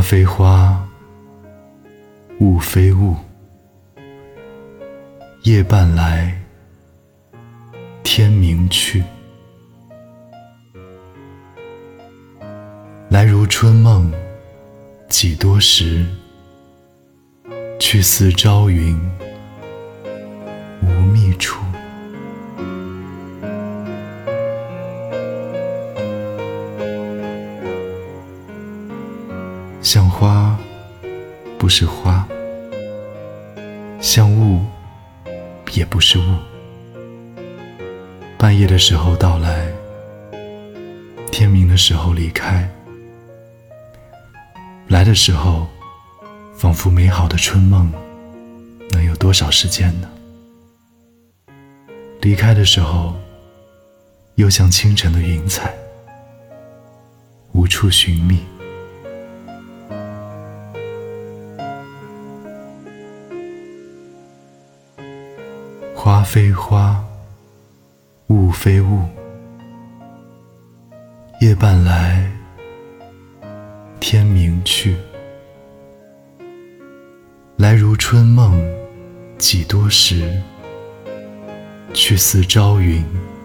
非花，雾非雾，夜半来，天明去。来如春梦，几多时，去似朝云，无觅处。像花不是花，像雾也不是雾。半夜的时候到来，天明的时候离开。来的时候仿佛美好的春梦，能有多少时间呢？离开的时候又像清晨的云彩，无处寻觅。花非花，雾非雾，夜半来，天明去。来如春梦，几多时，去似朝云，